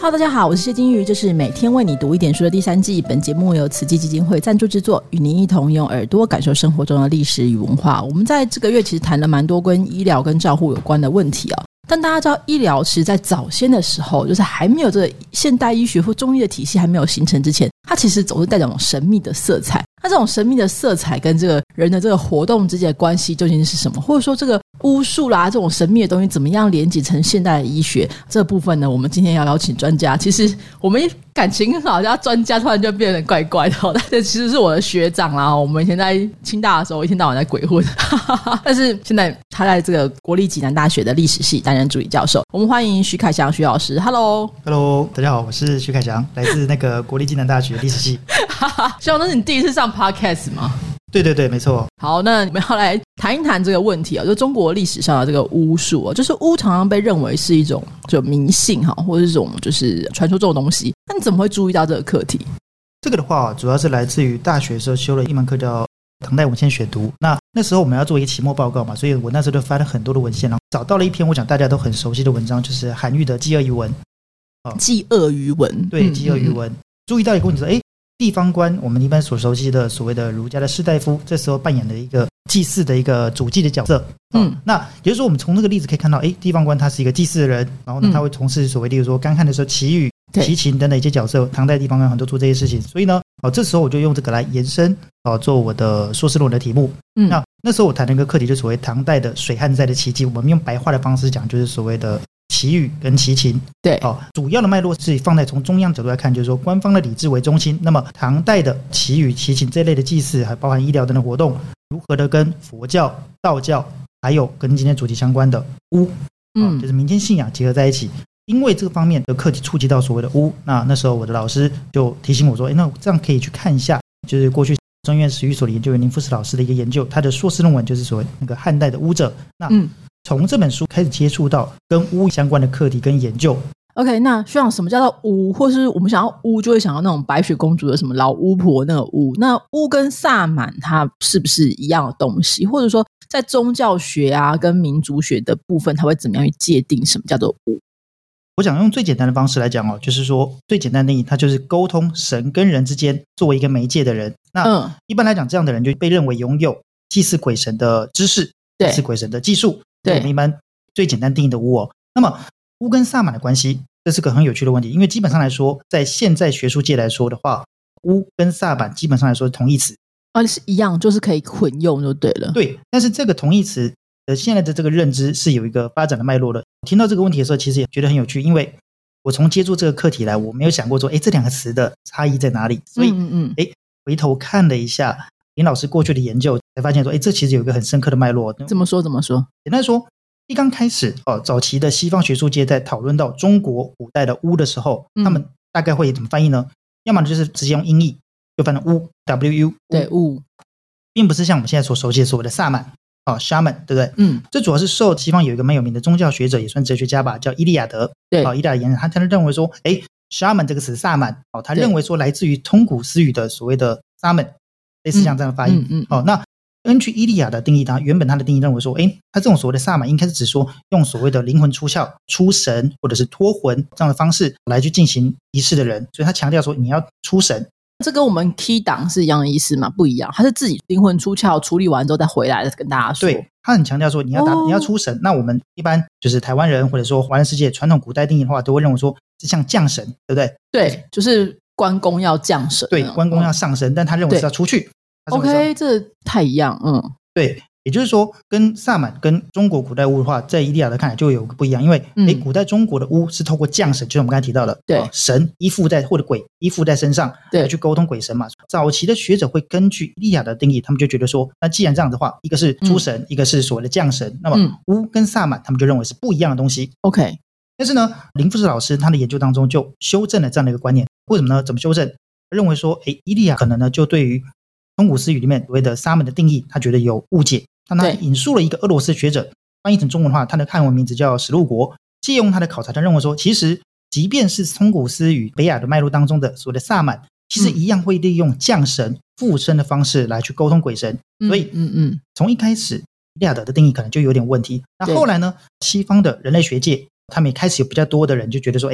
Hello， 大家好，我是谢金鱼，这是每天为你读一点书的第3季。本节目由慈济基金会赞助制作，与您一同用耳朵感受生活中的历史与文化。我们在这个月其实谈了蛮多跟医疗跟照护有关的问题哦。但大家知道，医疗其实在早先的时候，就是还没有这个现代医学或中医的体系还没有形成之前，它其实总是带着一种神秘的色彩。那这种神秘的色彩跟这个人的这个活动之间的关系究竟是什么？或者说这个巫术啦，这种神秘的东西怎么样连接成现代的医学？这部分呢，我们今天要邀请专家。其实我们感情很好，叫专家突然就变得怪怪的，但这其实是我的学长啦。我们以前在清大的时候，一天到晚在鬼混，但是现在他在这个国立暨南大学的历史系担任助理教授。我们欢迎徐凯翔徐老师。Hello， 大家好，我是徐凯翔，来自那个国立暨南大学历史系。 徐老师，是你第一次上 podcast 吗？ 对，没错。 好，那我们要来谈一谈这个问题就中国历史上的这个巫术就是巫常常被认为是一种就迷信或者是这种就是传说这种东西。那你怎么会注意到这个课题？ 这个的话，主要是来自于大学的时候修了一门课叫唐代文献选读。那时候我们要做一个期末报告嘛，所以我那时候就翻了很多的文献，然后找到了一篇我想大家都很熟悉的文章，就是韩愈的《祭鳄于文》。 祭鳄于文， 对，祭鳄于文。注意到一个问题说，地方官我们一般所熟悉的所谓的儒家的士大夫，这时候扮演了一个祭祀的一个主祭的角色。那也就是说我们从这个例子可以看到，地方官他是一个祭祀的人，然后呢他会从事所谓例如说干旱的时候祈雨、祈晴等等一些角色。唐代地方官很多做这些事情，所以呢这时候我就用这个来延伸做我的硕士论文的题目。那时候我谈了一个课题，就是所谓唐代的水旱灾的奇迹，我们用白话的方式讲，就是所谓的祈雨跟祈晴。 对， 主要的脉络是放在从中央角度来看，就是说官方的礼制为中心。那么唐代的祈雨、祈晴这类的祭祀，还包含医疗等等活动，如何的跟佛教、道教，还有跟今天主题相关的巫，就是民间信仰结合在一起。因为这个方面的课题触及到所谓的巫，那时候我的老师就提醒我说，那这样可以去看一下，就是过去中院史语所的研究员林富士老师的一个研究，他的硕士论文就是所谓那个汉代的巫者。那从这本书开始接触到跟巫相关的课题跟研究。 OK， 那学长，什么叫做巫？或是我们想要巫，就会想到那种白雪公主的什么老巫婆那个巫。那巫跟萨满它是不是一样的东西？或者说在宗教学跟民族学的部分，它会怎么样去界定什么叫做巫？ 我想用最简单的方式来讲就是说最简单的定义，它就是沟通神跟人之间作为一个媒介的人。那一般来讲，这样的人就被认为拥有祭祀鬼神的知识，祭祀鬼神的技术。对，我们一般最简单定义的巫。那么巫跟萨满的关系，这是个很有趣的问题，因为基本上来说，在现在学术界来说的话，巫跟萨满基本上来说是同义词是一样，就是可以混用就对了。 对，但是这个同义词现在的这个认知是有一个发展的脉络的。听到这个问题的时候，其实也觉得很有趣，因为我从接触这个课题来，我没有想过说这两个词的差异在哪里。所以回头看了一下林老师过去的研究，才发现说这其实有一个很深刻的脉络。 怎么说？ 简单说，一刚开始早期的西方学术界在讨论到中国古代的巫的时候，他们大概会怎么翻译呢？要么就是直接用音译，就翻成巫 WU。 对，巫并不是像我们现在所熟悉的所谓的萨满shaman， 对不对？这主要是受西方有一个蛮有名的宗教学者，也算哲学家吧，叫伊利亚德。对，伊利亚德研究他认为说shaman 这个词萨满他认为说来自于通古斯语的所谓的 saman， 类似像这样的发音。那根据伊利亚的定义，他原本他的定义认为说他这种所谓的萨满应该是指说用所谓的灵魂出窍、出神或者是脱魂这样的方式来去进行仪式的人，所以他强调说你要出神。 这跟我们 key 档是一样的意思吗？不一样，他是自己灵魂出窍处理完之后再回来跟大家说。对， 他很强调说你要出神。那我们一般就是台湾人或者说华人世界传统古代定义的话，都会认为说是像降神，对不对？ 对，就是关公要降神。 对，关公要上神，但他认为是要出去。 OK， 这太一样。 对，也就是说跟萨满跟中国古代巫的话，在伊利亚德看来就有个不一样，因为古代中国的巫是透过降神，就是我们刚才提到的神依附在或者鬼依附在身上来去沟通鬼神嘛。早期的学者会根据伊利亚德的定义，他们就觉得说那既然这样的话，一个是出神，一个是所谓的降神，那么巫跟萨满他们就认为是不一样的东西。 OK， 但是呢林富士老师他的研究当中就修正了这样的一个观念。为什么呢？怎么修正？认为说伊利亚可能呢就对于通古斯语里面所谓的萨满的定义他觉得有误解，那他引述了一个俄罗斯学者，翻译成中文的话，他的汉文名字叫史路国，借用他的考察，他认为说其实即便是通古斯与北亚的脉络当中的所谓的萨满，其实一样会利用降神附身的方式来去沟通鬼神。所以从一开始伊利亚德的定义可能就有点问题。那后来呢，西方的人类学界他们也开始有比较多的人就觉得说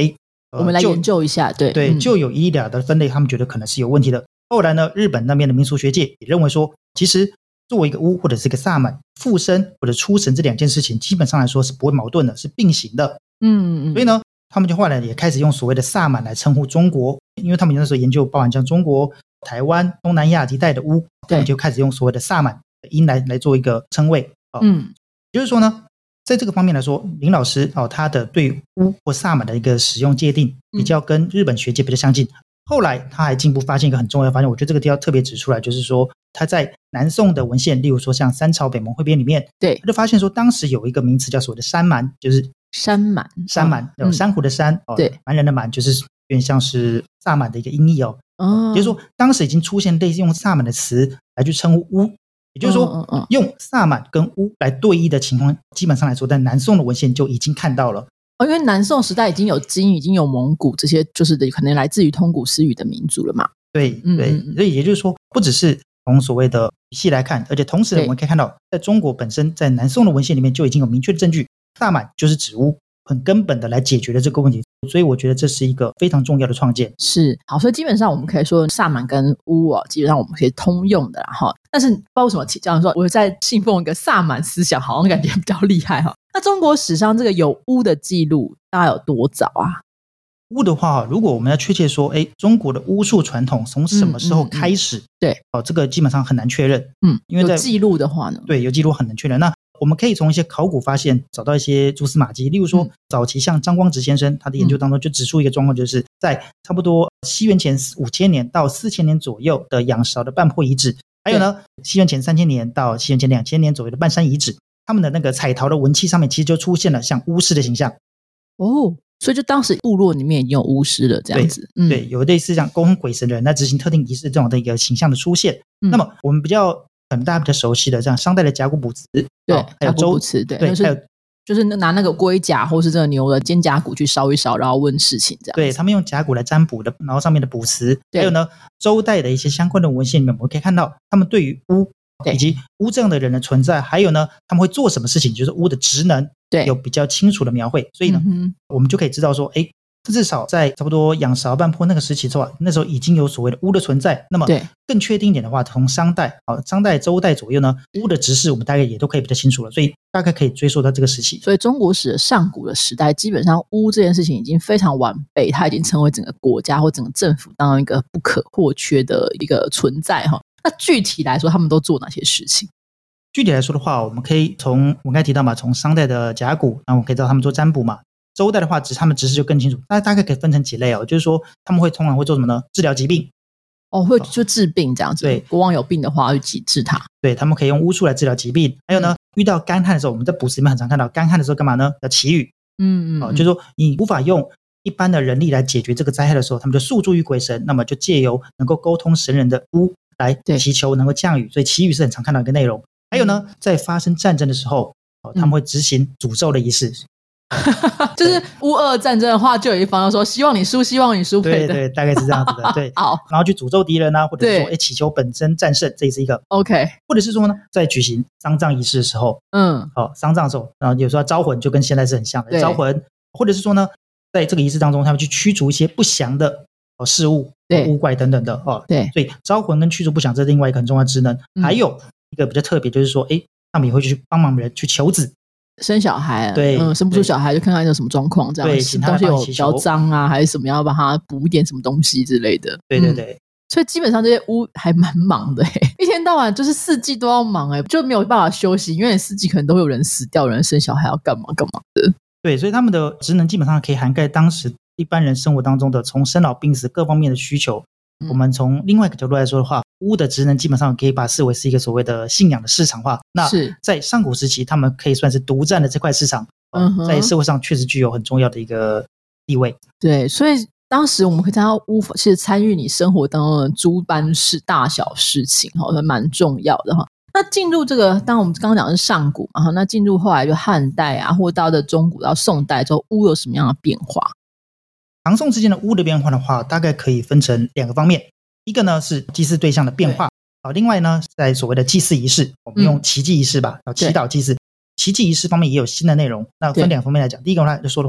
我们来研究一下。 对，就有医疗的分类，他们觉得可能是有问题的。后来呢，日本那边的民俗学界也认为说，其实作为一个巫或者是一个萨满，附身或者出神这两件事情，基本上来说是不会矛盾的，是并行的。所以呢，他们就后来也开始用所谓的萨满来称呼中国，因为他们那时候研究包含像中国、台湾、东南亚一带的巫，他们就开始用所谓的萨满的音来做一个称谓。就是说呢，在这个方面来说，林老师他的对巫或萨满的一个使用界定比较跟日本学界比较相近。后来他还进一步发现一个很重要的发现，我觉得这个地方特别指出来，就是说他在南宋的文献，例如说像《三朝北盟汇编》里面，他就发现说当时有一个名词叫所谓的山蛮，就是山蛮， 珊瑚的珊，蛮人的蛮，就是有点像是萨满的一个音译就是说当时已经出现类似用萨满的词来去称呼巫，也就是说用萨满跟巫来对应的情况，基本上来说在南宋的文献就已经看到了。 因为南宋时代已经有金，已经有蒙古这些，就是可能来自于通古斯语的民族了嘛。 对，所以也就是说，不只是从所谓的语系来看，而且同时我们可以看到，在中国本身，在南宋的文献里面就已经有明确的证据，萨满就是指巫，很根本的来解决了这个问题。所以我觉得这是一个非常重要的创建。 是，好，所以基本上我们可以说萨满跟巫基本上我们可以通用的啦哈。但是不知道为什么这样说，我在信奉一个萨满思想，好像感觉比较厉害哈。那中国史上这个有巫的记录大概有多早啊？ 巫的话，如果我们要确切说，中国的巫术传统从什么时候开始？ 对， 这个基本上很难确认。因为在有记录的话呢？ 对，有记录很难确认。那我们可以从一些考古发现找到一些蛛丝马迹，例如说早期像张光直先生他的研究当中就指出一个状况，就是在差不多西元前5000年到4000年左右的仰韶的半坡遗址，还有呢西元前3000年到西元前2000年左右的半山遗址，他们的那个彩陶的文器上面其实就出现了像巫师的形象。 所以就当时部落里面已经有巫师了这样子。 对，有类似像沟通鬼神的人在执行特定仪式这种的一个形象的出现。那么我们可能大家比较熟悉的，像商代的甲骨卜辞， 对， 还有甲骨卜辞，对，还有就是拿那个龟甲或是这个牛的肩胛骨去烧一烧，然后问事情这样。 对，他们用甲骨来占卜的，然后上面的卜辞，还有呢周代的一些相关的文献里面，我们可以看到他们对于巫以及巫这样的人的存在，还有呢他们会做什么事情，就是巫的职能，有比较清楚的描绘。所以呢，我们就可以知道说，至少在差不多仰韶半坡那个时期之后，那时候已经有所谓的巫的存在。那么更确定一点的话，从商代周代左右呢，巫的职事我们大概也都可以比较清楚了，所以大概可以追溯到这个时期。 所以中国史的上古的时代，基本上巫这件事情已经非常完备，它已经成为整个国家或整个政府当中一个不可或缺的一个存在哈。那具体来说，他们都做哪些事情？ 具体来说的话，我们可以从我刚才提到嘛，从商代的甲骨，然后我们可以知道他们做占卜嘛。周代的话，他们职事就更清楚，大概可以分成几类就是说他们通常会做什么呢？治疗疾病。 会就治病这样子。 对， 国王有病的话会治他。 对，他们可以用巫术来治疗疾病。还有呢，遇到干旱的时候，我们在卜辞里面很常看到，干旱的时候干嘛呢？要祈雨。就是说你无法用一般的人力来解决这个灾害的时候，他们就诉诸于鬼神，那么就借由能够沟通神人的巫来祈求能够降雨。所以祈雨是很常看到一个内容。还有呢，在发生战争的时候，他们会执行诅咒的仪式。 就是乌俄战争的话，就有一方要说希望你输，希望你输赔的。 对，大概是这样子的。对， 好， 然后去诅咒敌人啊，或者是说祈求本身战胜，这也是一个 OK。 或者是说呢，在举行丧葬仪式的时候，丧葬的时候，然后有时候招魂，就跟现在是很像的招魂，或者是说呢，在这个仪式当中，他们去驱逐一些不祥的事物、巫怪等等的对， 所以招魂跟驱逐不祥这是另外一个很重要的职能。还有一个比较特别，就是说，他们也会去帮忙人去求子。 生小孩， 对， 生不出小孩就看看有什么状况，这样对， 东西有比较脏啊，还是什么要帮他补一点什么东西之类的。 对， 所以基本上这些巫还蛮忙的一天到晚就是4季都要忙就没有办法休息，因为4季可能都会有人死掉，有人生小孩要干嘛干嘛的。 对，所以他们的职能基本上可以涵盖当时一般人生活当中的从生老病死各方面的需求。我们从另外一个角度来说的话，巫的职能基本上可以把视为是一个所谓的信仰的市场化。那在上古时期，他们可以算是独占的这块市场，在社会上确实具有很重要的一个地位。 对，所以当时我们可以看到巫其实参与你生活当中的诸般大小事情，蛮重要的。那进入这个，当我们刚刚讲的是上古嘛，那进入后来就汉代啊，或到的中古到宋代之后，巫有什么样的变化？ 唐宋之间的巫的变化的话，大概可以分成2个方面。一个呢是祭祀对象的变化，另外呢在所谓的祭祀仪式，我们用祈祭仪式吧，祈祷祭祀。祈祭仪式方面也有新的内容，那分2方面来讲。第一个来说的话，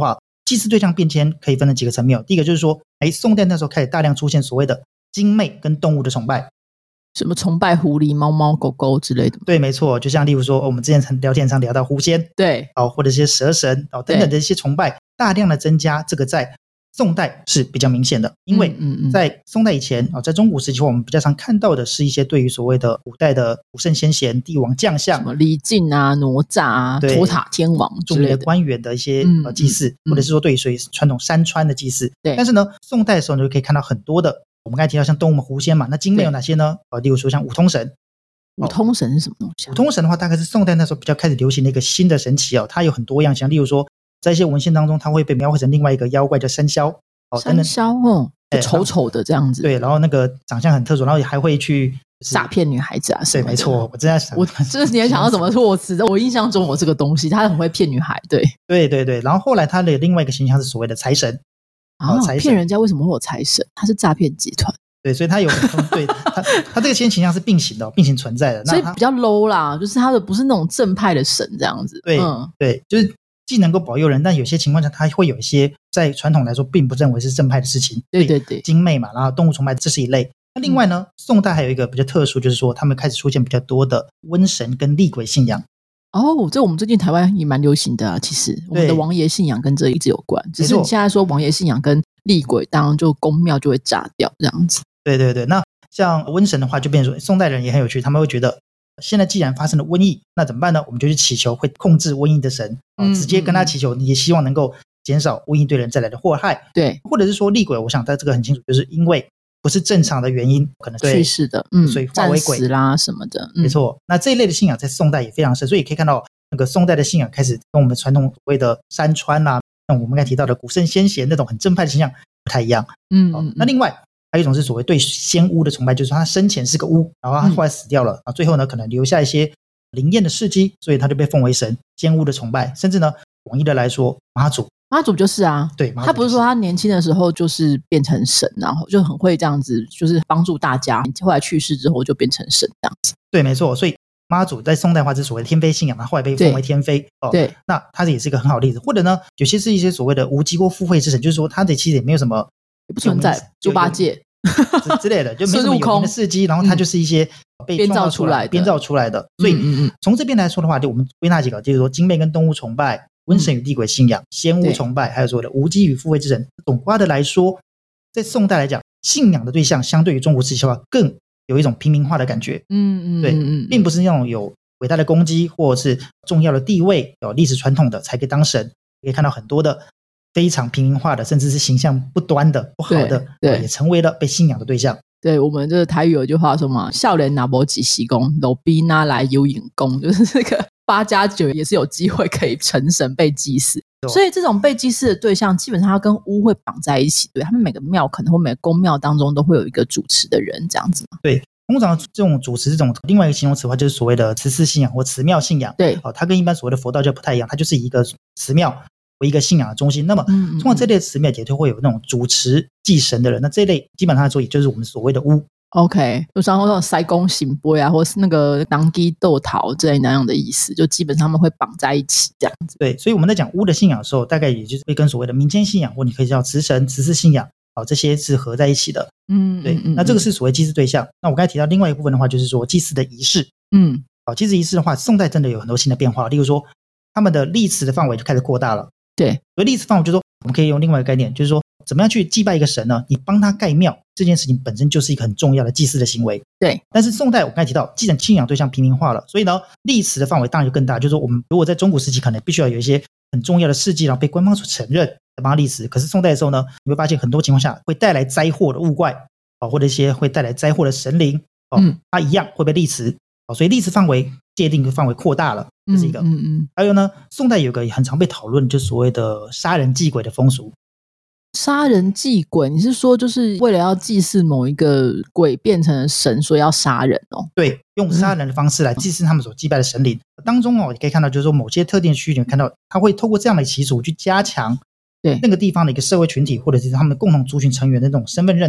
祭祀对象变迁可以分成几个层面第一个就是说，宋代那时候开始大量出现所谓的精魅跟动物的崇拜， 什么崇拜狐狸、猫猫、狗狗之类的。 对，没错，就像例如说，我们之前聊天常聊到狐仙， 对， 或者一些蛇神等等的一些崇拜，大量的增加，这个在宋代是比较明显的，因为在宋代以前在中古时期我们比较常看到的是一些对于所谓的古代的古圣先贤、帝王将相， 什么李靖啊、哪吒啊、托塔天王之类的著名的官员的一些祭祀，或者是说对于所谓传统山川的祭祀。 对， 但是呢，宋代的时候呢，就可以看到很多的，我们刚才提到像动物狐仙嘛，那精魅有哪些呢？例如说像五通神。 五通神是什么东西？ 五通神的话，大概是宋代那时候比较开始流行的一个新的神奇它有很多样，像例如说，在一些文献当中，它会被描绘成另外一个妖怪叫山魈。 山魈就丑丑的这样子。 对，然后那个长相很特殊，然后还会去诈骗女孩子啊什么的。 对，没错，我正在想， 我就是你也想到什么措辞？我印象中有这个东西，他很会骗女孩。对， 对对对。然后后来他的另外一个形象是所谓的财神骗人家为什么会有财神？他是诈骗集团。 对，所以他有对他这个形象是并行的，并行存在的， 所以比较 low 啦，就是他的不是那种正派的神这样子。 对，对，就是既能够保佑人，但有些情况下他会有一些在传统来说并不认为是正派的事情。 对对对， 精魅嘛，然后动物崇拜，这是一类。那另外呢，宋代还有一个比较特殊，就是说他们开始出现比较多的瘟神跟厉鬼信仰。 这我们最近台湾也蛮流行的啊。其实我们的王爷信仰跟这一直有关，只是你现在说王爷信仰跟厉鬼，当然就宫庙就会炸掉这样子。 对对对，那像瘟神的话，就变成说宋代人也很有趣，他们会觉得现在既然发生了瘟疫，那怎么办呢？我们就去祈求会控制瘟疫的神，直接跟他祈求，也希望能够减少瘟疫对人带来的祸害。 对， 或者是说厉鬼，我想在这个很清楚，就是因为不是正常的原因，可能去世的， 所以化为鬼战死啦什么的。 没错，那这一类的信仰在宋代也非常深，所以可以看到那个宋代的信仰开始跟我们传统所谓的山川啊，像我们刚才提到的古圣先贤那种很正派的形象不太一样。那另外还有一种是所谓对仙巫的崇拜，就是他生前是个巫，然后他后来死掉了，最后呢可能留下一些灵验的事迹，所以他就被奉为神。仙巫的崇拜，甚至呢广义的来说，妈祖就是啊，对， 他不是说他年轻的时候就是变成神，然后就很会这样子，就是帮助大家，后来去世之后就变成神这样子。 对，没错，所以妈祖在宋代话是所谓的天妃信仰，后来被奉为天妃。 对， 那它也是一个很好的例子。或者呢，有些是一些所谓的无极或附会之神，就是说他的其实也没有什么， 也不存在猪八戒之类的，就没什么有名的事迹，然后它就是一些被编造出来的。所以从这边来说的话，就我们归纳几个，就是说精魅跟动物崇拜、瘟神与厉鬼信仰、仙巫崇拜，还有所谓的无机与附会之神。总括的来说，在宋代来讲，信仰的对象相对于中国时期的话，更有一种平民化的感觉。对，并不是那种有伟大的功绩或者是重要的地位、有历史传统的才可以当神，可以看到很多的非常平民化的，甚至是形象不端的、不好的，也成为了被信仰的对象。 对，我们这个台语有句话说嘛，少年拿不几西公，老逼拿来有引功，就是这个8+9也是有机会可以成神被祭祀。所以这种被祭祀的对象基本上它跟巫会绑在一起，对，他们每个庙可能或每个宫庙当中都会有一个主持的人这样子嘛。 对，通常这种主持这种另外一个形容词的话，就是所谓的慈祀信仰或慈庙信仰。 对， 它跟一般所谓的佛道教不太一样，它就是一个慈庙为一个信仰的中心。那么通常这类慈庙也就会有那种主持祭神的人，那这类基本上来说也就是我们所谓的巫。 OK， 就像那种塞公行杯啊，或是那个当机斗桃之类那样的意思，就基本上他们会绑在一起这样子。 对，所以我们在讲巫的信仰的时候，大概也就是会跟所谓的民间信仰，或你可以叫慈神、慈祀信仰，这些是合在一起的。对，那这个是所谓祭祀对象。那我刚才提到另外一部分的话，就是说祭祀的仪式。祭祀仪式的话，宋代真的有很多新的变化，例如说他们的历词的范围就开始扩大了。 对， 所以历词范围就是说，我们可以用另外一个概念，就是说怎么样去祭拜一个神呢？你帮他盖庙这件事情本身就是一个很重要的祭祀的行为。 对， 但是宋代我刚才提到，既然信仰对象平民化了，所以呢，历词的范围当然就更大。就是说，我们如果在中古时期，可能必须要有一些很重要的事迹，然后被官方所承认才帮他历词。可是宋代的时候呢，你会发现很多情况下会带来灾祸的物怪或者一些会带来灾祸的神灵它一样会被历词。所以历史范围界定的范围扩大了，这是一个。还有呢，宋代有个很常被讨论，就是所谓的杀人祭鬼的风俗。 杀人祭鬼，你是说就是为了要祭祀某一个鬼变成了神，所以要杀人哦？ 对，用杀人的方式来祭祀他们所祭拜的神灵。当中你可以看到，就是说某些特定区域，你看到他会透过这样的习俗去加强那个地方的一个社会群体，或者是他们共同族群成员的那种身份认同。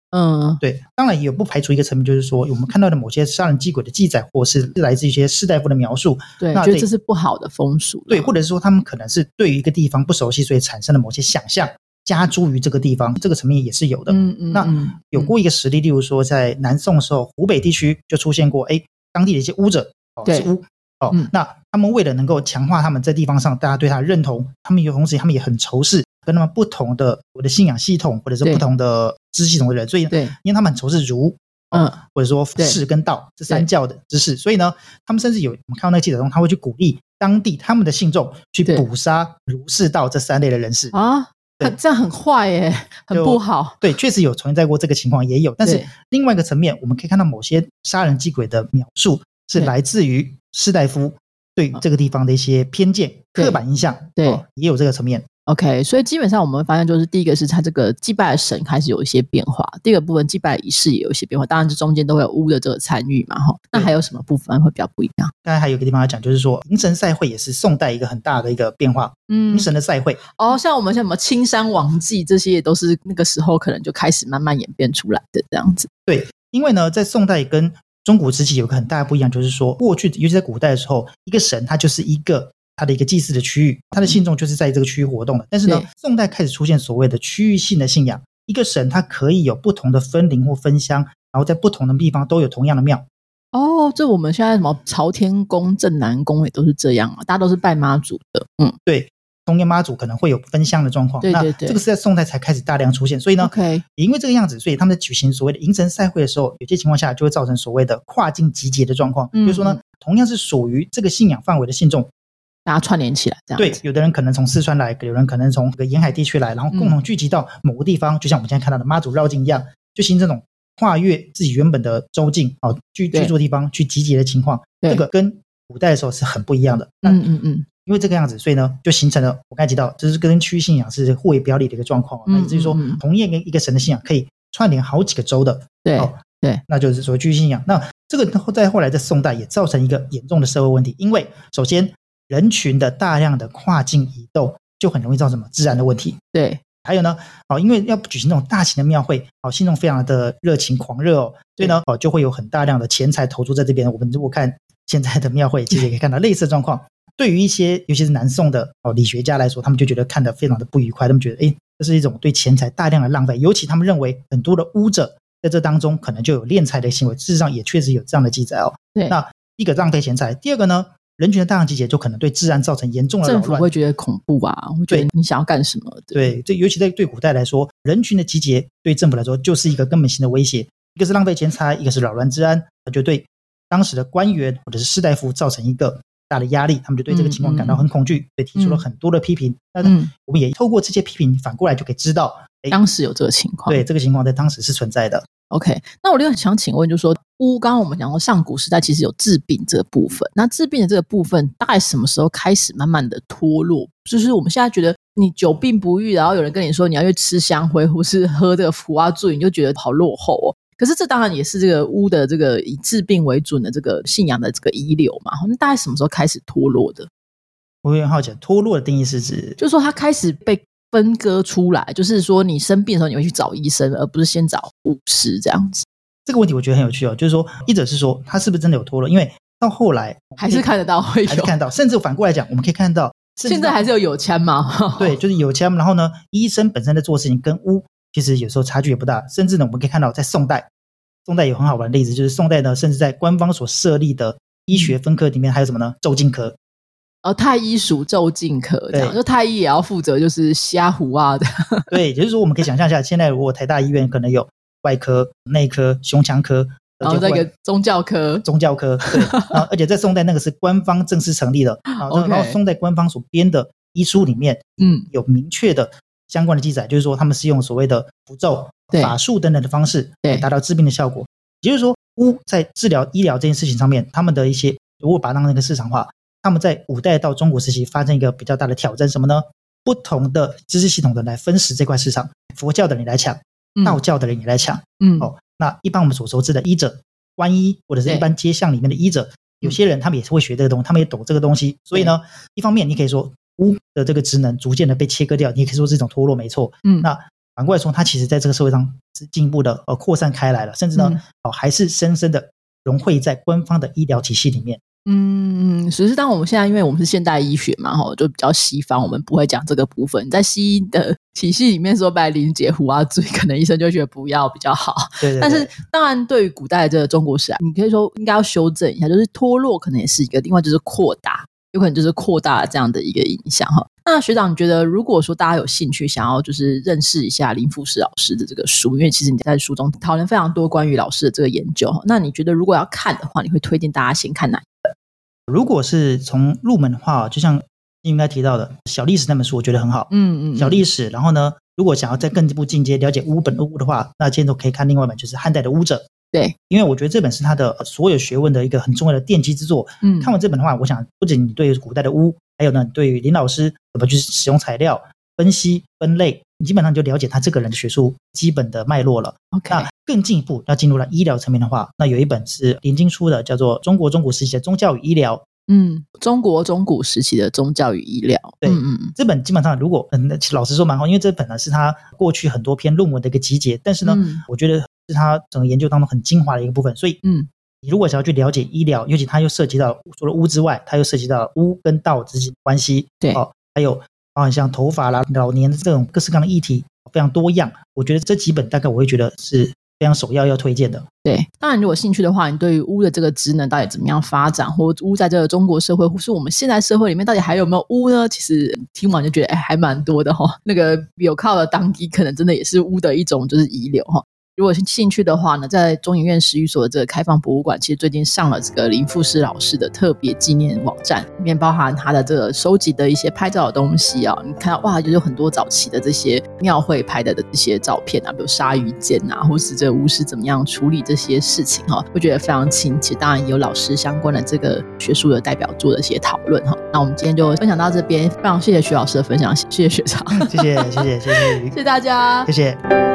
对，当然也有不排除一个层面，就是说我们看到的某些杀人祭鬼的记载，或是来自一些士大夫的描述， 对，觉得这是不好的风俗， 对，或者是说他们可能是对于一个地方不熟悉，所以产生了某些想象，加诸于这个地方，这个层面也是有的。那有过一个实例，例如说在南宋的时候，湖北地区就出现过，当地的一些巫者，是巫。那他们为了能够强化他们在地方上大家对他的认同，他们同时他们也很仇视跟他们不同的我的信仰系统或者是不同的知识系统的人，所以因为他们很仇视儒，或者说士跟道这三教的知识，所以呢他们甚至有我们看到那个记载中，他会去鼓励当地他们的信众去捕杀儒士道这三类的人士啊。 这样很坏耶，很不好。 对，确实有存在过这个情况，也有。但是另外一个层面，我们可以看到某些杀人祭鬼的描述是来自于士大夫对这个地方的一些偏见、刻板印象，对，也有这个层面。 OK， 所以基本上我们会发现，就是第一个是他这个祭拜的神开始有一些变化，第二个部分祭拜的仪式也有一些变化，当然这中间都会有巫的这个参与嘛。那还有什么部分会比较不一样？ 刚才还有一个地方要讲，就是说迎神赛会也是宋代一个很大的一个变化。迎神的赛会像我们像什么青山王祭这些，也都是那个时候可能就开始慢慢演变出来的这样子。 对，因为呢，在宋代跟中古时期有个很大的不一样，就是说过去尤其在古代的时候，一个神他就是他的一个祭祀的区域，他的信众就是在这个区域活动的。但是呢，宋代开始出现所谓的区域性的信仰，一个神他可以有不同的分灵或分香，然后在不同的地方都有同样的庙。这我们现在什么朝天宫、镇南宫也都是这样大家都是拜妈祖的。对，同一妈祖可能会有分香的状况。对，那这个是在宋代才开始大量出现，所以呢，也因为这个样子，所以他们在举行所谓的迎神赛会的时候，有些情况下就会造成所谓的跨境集结的状况。比如说呢，同样是属于这个信仰范围的信众， 大家串联起来这样子。 对，有的人可能从四川来，有人可能从沿海地区来，然后共同聚集到某个地方，就像我们现在看到的妈祖绕境一样，就形成这种跨越自己原本的州境居住的地方去集结的情况。这个跟古代的时候是很不一样的。因为这个样子，所以呢就形成了我刚才提到，这是跟区域信仰是互为表里的一个状况。那也就是说，同样一个神的信仰可以串联好几个州的。对，那就是所谓区域信仰。那这个在后来在宋代也造成一个严重的社会问题，因为首先人群的大量的跨境移动就很容易造成什么治安的问题。对，还有呢，因为要举行那种大型的庙会，信众非常的热情狂热所以呢，就会有很大量的钱财投注在这边。我们如果看现在的庙会，其实也可以看到类似的状况。对于一些尤其是南宋的理学家来说，他们就觉得看得非常的不愉快，他们觉得这是一种对钱财大量的浪费，尤其他们认为很多的巫者在这当中可能就有敛财的行为，事实上也确实有这样的记载对，那一个浪费钱财，第二个呢，人群的大量集结就可能对治安造成严重的扰乱，政府会觉得恐怖会觉得你想要干什么。 对，尤其在对古代来说，人群的集结对政府来说就是一个根本性的威胁，一个是浪费钱财，一个是扰乱治安，就对当时的官员或者是士大夫造成一个大的压力，他们就对这个情况感到很恐惧，所以提出了很多的批评。那我们也透过这些批评反过来就可以知道当时有这个情况。 对，这个情况在当时是存在的。 OK， 那我就想请问，就是说巫刚刚我们讲过上古时代其实有治病这个部分，那治病的这个部分大概什么时候开始慢慢的脱落？就是我们现在觉得你久病不愈，然后有人跟你说你要去吃香灰或是喝这个普阿醉，你就觉得好落后可是这当然也是这个巫的这个以治病为准的这个信仰的这个遗留嘛。那大概什么时候开始脱落的？ 我有点好奇，脱落的定义是指， 就是说它开始被分割出来，就是说你生病的时候你会去找医生，而不是先找巫师这样子。 这个问题我觉得很有趣就是说，一者是说他是不是真的有脱落，因为到后来还是看得到会有， 还是看到，甚至反过来讲，我们可以看到现在还是有签嘛。 对，就是有签，然后呢，医生本身在做事情跟巫其实有时候差距也不大，甚至呢，我们可以看到在宋代有很好玩的例子，就是宋代呢，甚至在官方所设立的医学分科里面还有什么呢？骤禁科。 太医属骤禁科，这样就太医也要负责就是瞎胡的。 对，就是说我们可以想象一下，现在如果台大医院可能有外科、内科、胸腔科， 然后那个宗教科， 对，然后而且在宋代那个是官方正式成立的，然后宋代官方所编的医书里面，有明确的相关的记载，就是说他们是用所谓的符咒、法术等等的方式来达到治病的效果。也就是说，巫在治疗医疗这件事情上面，他们的一些如果把它当成一个市场化，他们在古代到中古时期发生一个比较大的挑战，什么呢？不同的知识系统的人来分食这块市场，佛教的人来抢，道教的人也来抢。那一般我们所熟知的医者、官医或者是一般街巷里面的医者，有些人他们也是会学这个东西，他们也懂这个东西，所以呢，一方面你可以说巫的这个职能逐渐的被切割掉，你也可以说是一种脱落，没错。那反过来说，它其实在这个社会上是进一步的扩散开来了，甚至呢还是深深的融汇在官方的医疗体系里面。 只是当我们现在因为我们是现代医学嘛，就比较西方，我们不会讲这个部分。在西医的体系里面说白淋解胡啊醉，可能医生就觉得不要比较好。 对对对。 但是当然对于古代的这个中国史你可以说应该要修正一下，就是脱落可能也是一个，另外就是扩大，有可能就是扩大了这样的一个影响。那学长你觉得如果说大家有兴趣想要就是认识一下林富士老师的这个书，因为其实你在书中讨论非常多关于老师的这个研究，那你觉得如果要看的话，你会推荐大家先看哪一本？ 如果是从入门的话，就像应该提到的小历史那本书我觉得很好。小历史，然后呢如果想要再更一步进阶了解巫本巫的话，那今天都可以看另外一本，就是汉代的巫者。 对， 因为我觉得这本是他的所有学问的一个很重要的奠基之作。看完这本的话，我想不仅你对古代的巫，还有呢对于林老师怎么去使用材料分析分类，你基本上就了解他这个人的学术基本的脉络了。那更进一步要进入了医疗层面的话，那有一本是林经出的，叫做《中国中古时期的宗教与医疗》。 中国中古时期的宗教与医疗。 对，这本基本上如果老实说蛮好，因为这本呢是他过去很多篇论文的一个集结，但是呢我觉得是他整个研究当中很精华的一个部分。所以你如果想要去了解医疗，尤其它又涉及到除了巫之外，它又涉及到巫跟道之间的关系。 对， 还有包含像头发啦、老年的这种各式各样的议题非常多样，我觉得这几本大概我会觉得是非常首要推荐的。 对，当然如果兴趣的话，你对于巫的这个职能到底怎么样发展，或巫在这个中国社会或是我们现在社会里面到底还有没有巫呢？其实听完就觉得还蛮多的那个有靠的当机可能真的也是巫的一种就是遗留如果是兴趣的话呢，在中研院史语所的这个开放博物馆，其实最近上了这个林富士老师的特别纪念网站，里面包含他的这个收集的一些拍照的东西你看到哇，就有很多早期的这些庙会拍的这些照片比如鲨鱼剑或是这个巫师怎么样处理这些事情会觉得非常亲切。当然也有老师相关的这个学术的代表作的一些讨论那我们今天就分享到这边，非常谢谢徐老师的分享，谢谢学长。 谢谢大家， 谢谢。